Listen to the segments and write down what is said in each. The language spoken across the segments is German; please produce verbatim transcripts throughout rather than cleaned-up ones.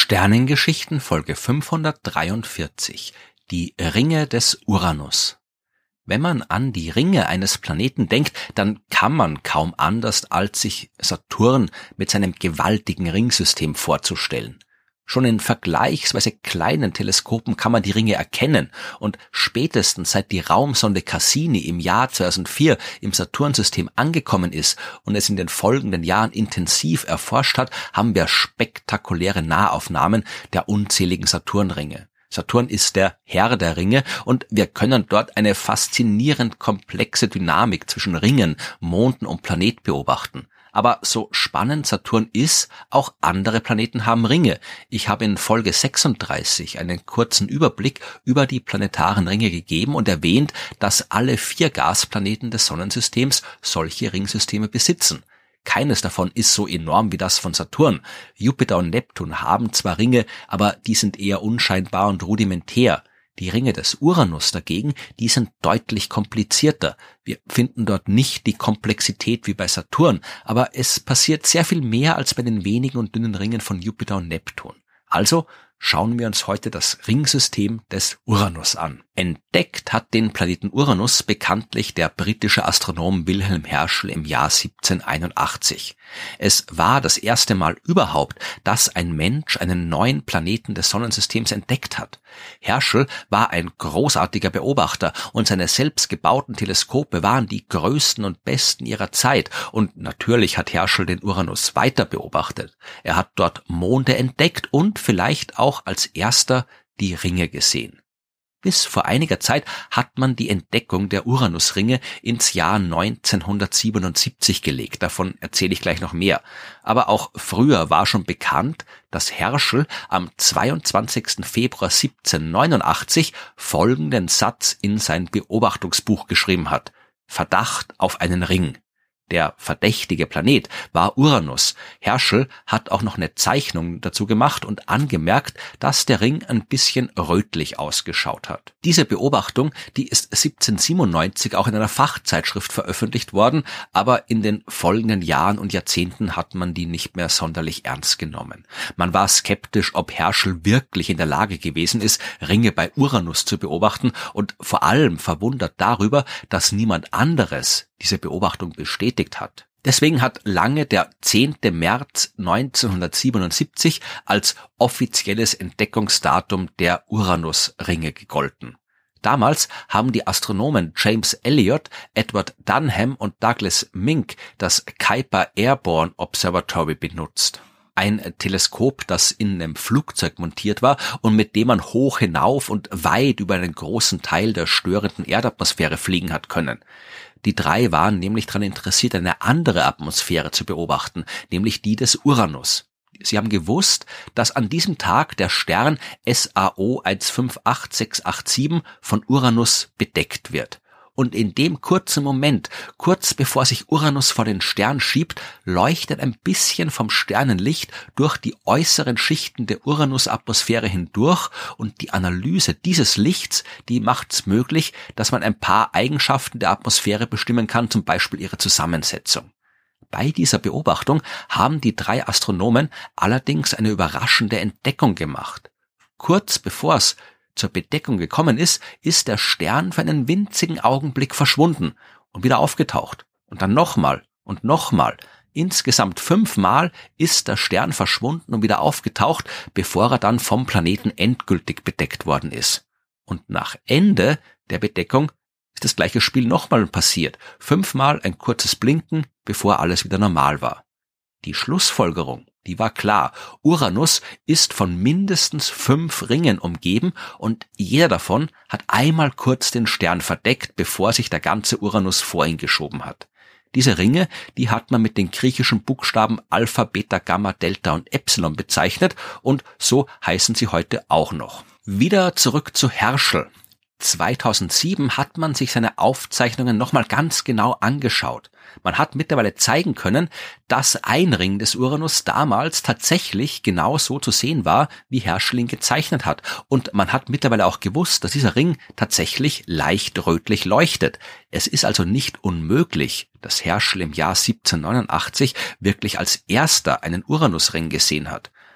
Sternengeschichten Folge fünfhundertdreiundvierzig. Die Ringe des Uranus. Wenn man an die Ringe eines Planeten denkt, dann kann man kaum anders, als sich Saturn mit seinem gewaltigen Ringsystem vorzustellen. Schon in vergleichsweise kleinen Teleskopen kann man die Ringe erkennen und spätestens seit die Raumsonde Cassini im Jahr zweitausendvier im Saturnsystem angekommen ist und es in den folgenden Jahren intensiv erforscht hat, haben wir spektakuläre Nahaufnahmen der unzähligen Saturnringe. Saturn ist der Herr der Ringe und wir können dort eine faszinierend komplexe Dynamik zwischen Ringen, Monden und Planet beobachten. Aber so spannend Saturn ist, auch andere Planeten haben Ringe. Ich habe in Folge sechsunddreißig einen kurzen Überblick über die planetaren Ringe gegeben und erwähnt, dass alle vier Gasplaneten des Sonnensystems solche Ringsysteme besitzen. Keines davon ist so enorm wie das von Saturn. Jupiter und Neptun haben zwar Ringe, aber die sind eher unscheinbar und rudimentär. Die Ringe des Uranus dagegen, die sind deutlich komplizierter. Wir finden dort nicht die Komplexität wie bei Saturn, aber es passiert sehr viel mehr als bei den wenigen und dünnen Ringen von Jupiter und Neptun. Also schauen wir uns heute das Ringsystem des Uranus an. Entdeckt hat den Planeten Uranus bekanntlich der britische Astronom Wilhelm Herschel im Jahr siebzehnhunderteinundachtzig. Es war das erste Mal überhaupt, dass ein Mensch einen neuen Planeten des Sonnensystems entdeckt hat. Herschel war ein großartiger Beobachter und seine selbst gebauten Teleskope waren die größten und besten ihrer Zeit und natürlich hat Herschel den Uranus weiter beobachtet. Er hat dort Monde entdeckt und vielleicht auch als erster die Ringe gesehen. Bis vor einiger Zeit hat man die Entdeckung der Uranusringe ins Jahr neunzehnhundertsiebenundsiebzig gelegt. Davon erzähle ich gleich noch mehr. Aber auch früher war schon bekannt, dass Herschel am zweiundzwanzigsten Februar siebzehnhundertneunundachtzig folgenden Satz in sein Beobachtungsbuch geschrieben hat: Verdacht auf einen Ring. Der verdächtige Planet war Uranus. Herschel hat auch noch eine Zeichnung dazu gemacht und angemerkt, dass der Ring ein bisschen rötlich ausgeschaut hat. Diese Beobachtung, die ist siebzehnhundertsiebenundneunzig auch in einer Fachzeitschrift veröffentlicht worden, aber in den folgenden Jahren und Jahrzehnten hat man die nicht mehr sonderlich ernst genommen. Man war skeptisch, ob Herschel wirklich in der Lage gewesen ist, Ringe bei Uranus zu beobachten und vor allem verwundert darüber, dass niemand anderes diese Beobachtung bestätigt hat. Deswegen hat lange der zehnten März neunzehnhundertsiebenundsiebzig als offizielles Entdeckungsdatum der Uranusringe gegolten. Damals haben die Astronomen James Elliott, Edward Dunham und Douglas Mink das Kuiper Airborne Observatory benutzt. Ein Teleskop, das in einem Flugzeug montiert war und mit dem man hoch hinauf und weit über einen großen Teil der störenden Erdatmosphäre fliegen hat können. Die drei waren nämlich daran interessiert, eine andere Atmosphäre zu beobachten, nämlich die des Uranus. Sie haben gewusst, dass an diesem Tag der Stern S A O eins fünf acht sechs acht sieben von Uranus bedeckt wird. Und in dem kurzen Moment, kurz bevor sich Uranus vor den Stern schiebt, leuchtet ein bisschen vom Sternenlicht durch die äußeren Schichten der Uranus-Atmosphäre hindurch und die Analyse dieses Lichts, die macht es möglich, dass man ein paar Eigenschaften der Atmosphäre bestimmen kann, zum Beispiel ihre Zusammensetzung. Bei dieser Beobachtung haben die drei Astronomen allerdings eine überraschende Entdeckung gemacht. Kurz bevor es zur Bedeckung gekommen ist, ist der Stern für einen winzigen Augenblick verschwunden und wieder aufgetaucht. Und dann nochmal und nochmal. Insgesamt fünfmal ist der Stern verschwunden und wieder aufgetaucht, bevor er dann vom Planeten endgültig bedeckt worden ist. Und nach Ende der Bedeckung ist das gleiche Spiel nochmal passiert. Fünfmal ein kurzes Blinken, bevor alles wieder normal war. Die Schlussfolgerung, die war klar. Uranus ist von mindestens fünf Ringen umgeben und jeder davon hat einmal kurz den Stern verdeckt, bevor sich der ganze Uranus vor ihn geschoben hat. Diese Ringe, die hat man mit den griechischen Buchstaben Alpha, Beta, Gamma, Delta und Epsilon bezeichnet und so heißen sie heute auch noch. Wieder zurück zu Herschel. zweitausendsieben hat man sich seine Aufzeichnungen nochmal ganz genau angeschaut. Man hat mittlerweile zeigen können, dass ein Ring des Uranus damals tatsächlich genau so zu sehen war, wie Herschel ihn gezeichnet hat. Und man hat mittlerweile auch gewusst, dass dieser Ring tatsächlich leicht rötlich leuchtet. Es ist also nicht unmöglich, dass Herschel im Jahr siebzehnhundertneunundachtzig wirklich als erster einen Uranusring gesehen hat.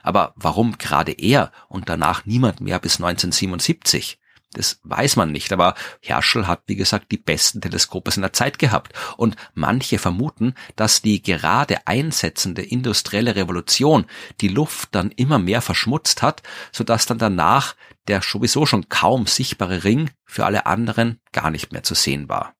Aber warum gerade er und danach niemand mehr bis neunzehnhundertsiebenundsiebzig? Das weiß man nicht, aber Herschel hat, wie gesagt, die besten Teleskope seiner Zeit gehabt. Und manche vermuten, dass die gerade einsetzende industrielle Revolution die Luft dann immer mehr verschmutzt hat, sodass dann danach der sowieso schon kaum sichtbare Ring für alle anderen gar nicht mehr zu sehen war.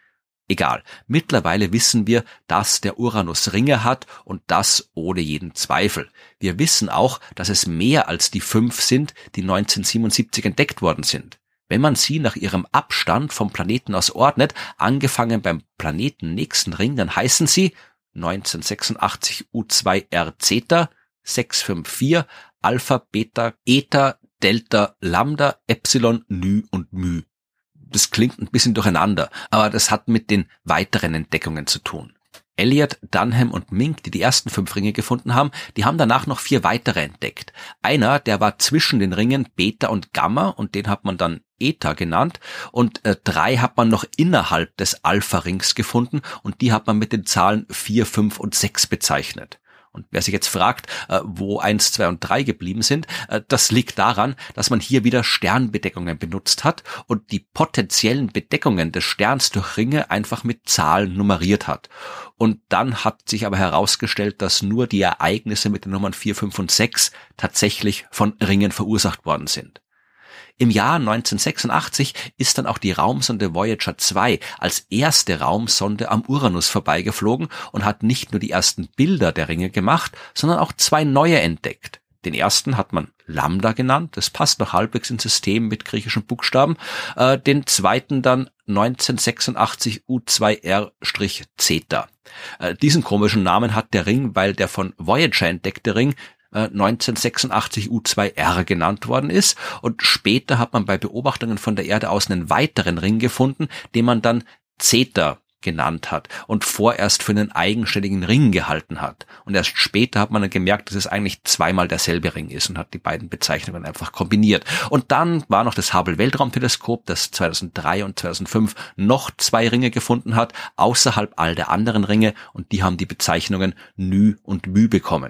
Egal, mittlerweile wissen wir, dass der Uranus Ringe hat und das ohne jeden Zweifel. Wir wissen auch, dass es mehr als die fünf sind, die neunzehnhundertsiebenundsiebzig entdeckt worden sind. Wenn man sie nach ihrem Abstand vom Planeten aus ordnet, angefangen beim planetennächsten Ring, dann heißen sie neunzehnhundertsechsundachtzig U zwei R Zeta, sechs fünf vier, Alpha, Beta, Eta, Delta, Lambda, Epsilon, Nu und Mu. Das klingt ein bisschen durcheinander, aber das hat mit den weiteren Entdeckungen zu tun. Elliott, Dunham und Mink, die die ersten fünf Ringe gefunden haben, die haben danach noch vier weitere entdeckt. Einer, der war zwischen den Ringen Beta und Gamma und den hat man dann Eta genannt und äh, drei hat man noch innerhalb des Alpha-Rings gefunden und die hat man mit den Zahlen vier, fünf und sechs bezeichnet. Und wer sich jetzt fragt, äh, wo eins, zwei und drei geblieben sind, äh, das liegt daran, dass man hier wieder Sternbedeckungen benutzt hat und die potenziellen Bedeckungen des Sterns durch Ringe einfach mit Zahlen nummeriert hat. Und dann hat sich aber herausgestellt, dass nur die Ereignisse mit den Nummern vier, fünf und sechs tatsächlich von Ringen verursacht worden sind. Im Jahr neunzehnhundertsechsundachtzig ist dann auch die Raumsonde Voyager zwei als erste Raumsonde am Uranus vorbeigeflogen und hat nicht nur die ersten Bilder der Ringe gemacht, sondern auch zwei neue entdeckt. Den ersten hat man Lambda genannt, das passt noch halbwegs ins System mit griechischen Buchstaben. Äh, den zweiten dann neunzehnhundertsechsundachtzig U zwei R Zeta. Äh, diesen komischen Namen hat der Ring, weil der von Voyager entdeckte Ring neunzehnhundertsechsundachtzig U zwei R genannt worden ist und später hat man bei Beobachtungen von der Erde aus einen weiteren Ring gefunden, den man dann Zeta genannt hat und vorerst für einen eigenständigen Ring gehalten hat. Und erst später hat man dann gemerkt, dass es eigentlich zweimal derselbe Ring ist und hat die beiden Bezeichnungen einfach kombiniert. Und dann war noch das Hubble Weltraumteleskop, das zweitausenddrei und zweitausendfünf noch zwei Ringe gefunden hat, außerhalb all der anderen Ringe und die haben die Bezeichnungen Nu und Mu bekommen.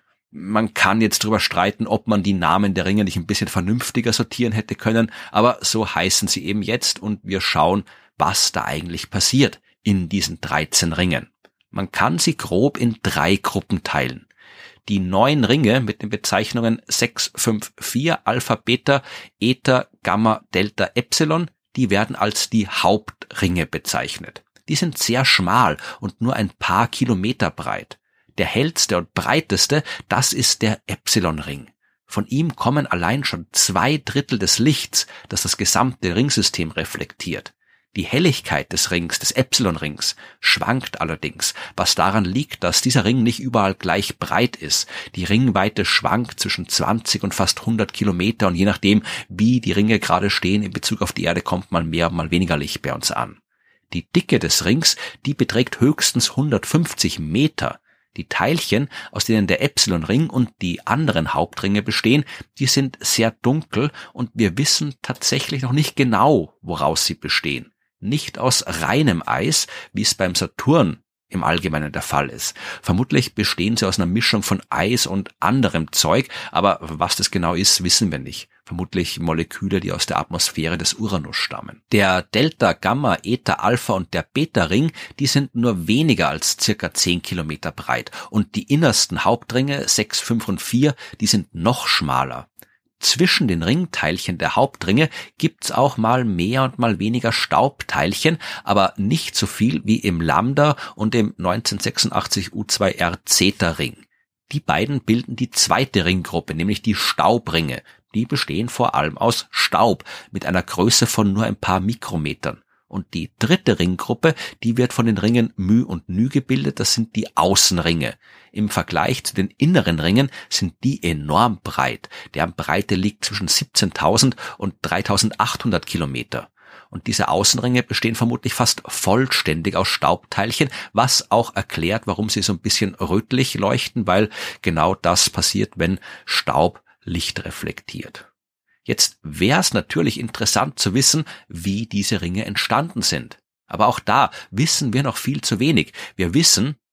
Man kann jetzt drüber streiten, ob man die Namen der Ringe nicht ein bisschen vernünftiger sortieren hätte können, aber so heißen sie eben jetzt und wir schauen, was da eigentlich passiert in diesen dreizehn Ringen. Man kann sie grob in drei Gruppen teilen. Die neun Ringe mit den Bezeichnungen sechs, fünf, vier, Alpha, Beta, Eta, Gamma, Delta, Epsilon, die werden als die Hauptringe bezeichnet. Die sind sehr schmal und nur ein paar Kilometer breit. Der hellste und breiteste, das ist der Epsilon-Ring. Von ihm kommen allein schon zwei Drittel des Lichts, das das gesamte Ringsystem reflektiert. Die Helligkeit des Rings, des Epsilon-Rings, schwankt allerdings, was daran liegt, dass dieser Ring nicht überall gleich breit ist. Die Ringweite schwankt zwischen zwanzig und fast hundert Kilometer und je nachdem, wie die Ringe gerade stehen in Bezug auf die Erde, kommt mal mehr, mal weniger Licht bei uns an. Die Dicke des Rings, die beträgt höchstens hundertfünfzig Meter. Die Teilchen, aus denen der Epsilon-Ring und die anderen Hauptringe bestehen, die sind sehr dunkel und wir wissen tatsächlich noch nicht genau, woraus sie bestehen. Nicht aus reinem Eis, wie es beim Saturn im Allgemeinen der Fall ist. Vermutlich bestehen sie aus einer Mischung von Eis und anderem Zeug, aber was das genau ist, wissen wir nicht. Vermutlich Moleküle, die aus der Atmosphäre des Uranus stammen. Der Delta, Gamma, Eta, Alpha und der Beta-Ring, die sind nur weniger als circa zehn Kilometer breit und die innersten Hauptringe sechs, fünf und vier, die sind noch schmaler. Zwischen den Ringteilchen der Hauptringe gibt's auch mal mehr und mal weniger Staubteilchen, aber nicht so viel wie im Lambda und im neunzehnhundertsechsundachtzig U zwei R Zeta Ring. Die beiden bilden die zweite Ringgruppe, nämlich die Staubringe. Die bestehen vor allem aus Staub mit einer Größe von nur ein paar Mikrometern. Und die dritte Ringgruppe, die wird von den Ringen Mu und Nu gebildet, das sind die Außenringe. Im Vergleich zu den inneren Ringen sind die enorm breit. Deren Breite liegt zwischen siebzehntausend und dreitausendachthundert Kilometer. Und diese Außenringe bestehen vermutlich fast vollständig aus Staubteilchen, was auch erklärt, warum sie so ein bisschen rötlich leuchten, weil genau das passiert, wenn Staub Licht reflektiert. Jetzt wäre es natürlich interessant zu wissen, wie diese Ringe entstanden sind. Aber auch da wissen wir noch viel zu wenig. Wir wissen,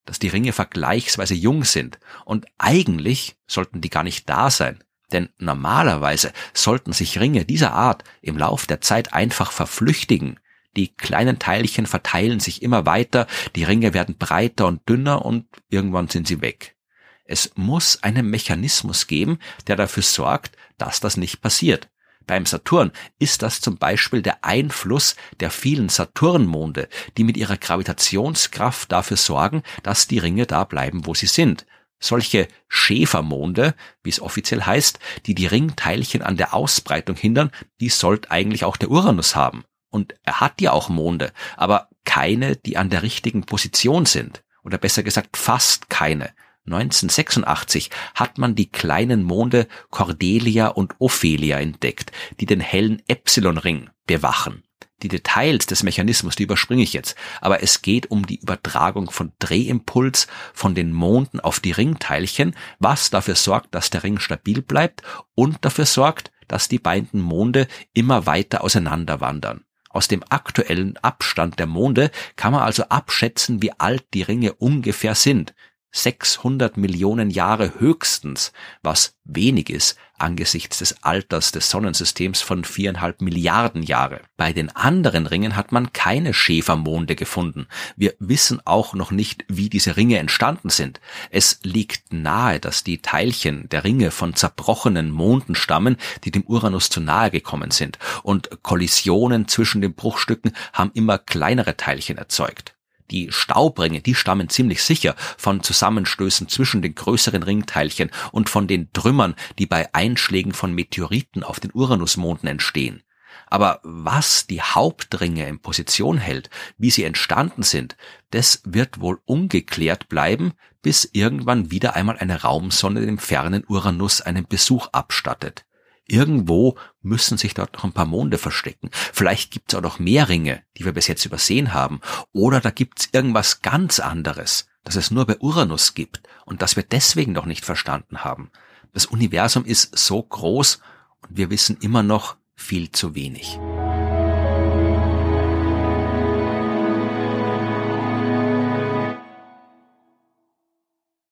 dass die Ringe vergleichsweise jung sind und eigentlich sollten die gar nicht da sein. Denn normalerweise sollten sich Ringe dieser Art im Lauf der Zeit einfach verflüchtigen. Die kleinen Teilchen verteilen sich immer weiter, die Ringe werden breiter und dünner und irgendwann sind sie weg. Es muss einen Mechanismus geben, der dafür sorgt, dass das nicht passiert. Beim Saturn ist das zum Beispiel der Einfluss der vielen Saturnmonde, die mit ihrer Gravitationskraft dafür sorgen, dass die Ringe da bleiben, wo sie sind. Solche Schäfermonde, wie es offiziell heißt, die die Ringteilchen an der Ausbreitung hindern, die sollte eigentlich auch der Uranus haben. Und er hat ja auch Monde, aber keine, die an der richtigen Position sind. Oder besser gesagt fast keine. neunzehnhundertsechsundachtzig hat man die kleinen Monde Cordelia und Ophelia entdeckt, die den hellen Epsilonring bewachen. Die Details des Mechanismus, die überspringe ich jetzt, aber es geht um die Übertragung von Drehimpuls von den Monden auf die Ringteilchen, was dafür sorgt, dass der Ring stabil bleibt und dafür sorgt, dass die beiden Monde immer weiter auseinander wandern. Aus dem aktuellen Abstand der Monde kann man also abschätzen, wie alt die Ringe ungefähr sind. sechshundert Millionen Jahre höchstens, was wenig ist angesichts des Alters des Sonnensystems von viereinhalb Milliarden Jahre. Bei den anderen Ringen hat man keine Schäfermonde gefunden. Wir wissen auch noch nicht, wie diese Ringe entstanden sind. Es liegt nahe, dass die Teilchen der Ringe von zerbrochenen Monden stammen, die dem Uranus zu nahe gekommen sind. Und Kollisionen zwischen den Bruchstücken haben immer kleinere Teilchen erzeugt. Die Staubringe, die stammen ziemlich sicher von Zusammenstößen zwischen den größeren Ringteilchen und von den Trümmern, die bei Einschlägen von Meteoriten auf den Uranusmonden entstehen. Aber was die Hauptringe in Position hält, wie sie entstanden sind, das wird wohl ungeklärt bleiben, bis irgendwann wieder einmal eine Raumsonde dem fernen Uranus einen Besuch abstattet. Irgendwo müssen sich dort noch ein paar Monde verstecken. Vielleicht gibt es auch noch mehr Ringe, die wir bis jetzt übersehen haben. Oder da gibt es irgendwas ganz anderes, das es nur bei Uranus gibt und das wir deswegen noch nicht verstanden haben. Das Universum ist so groß und wir wissen immer noch viel zu wenig.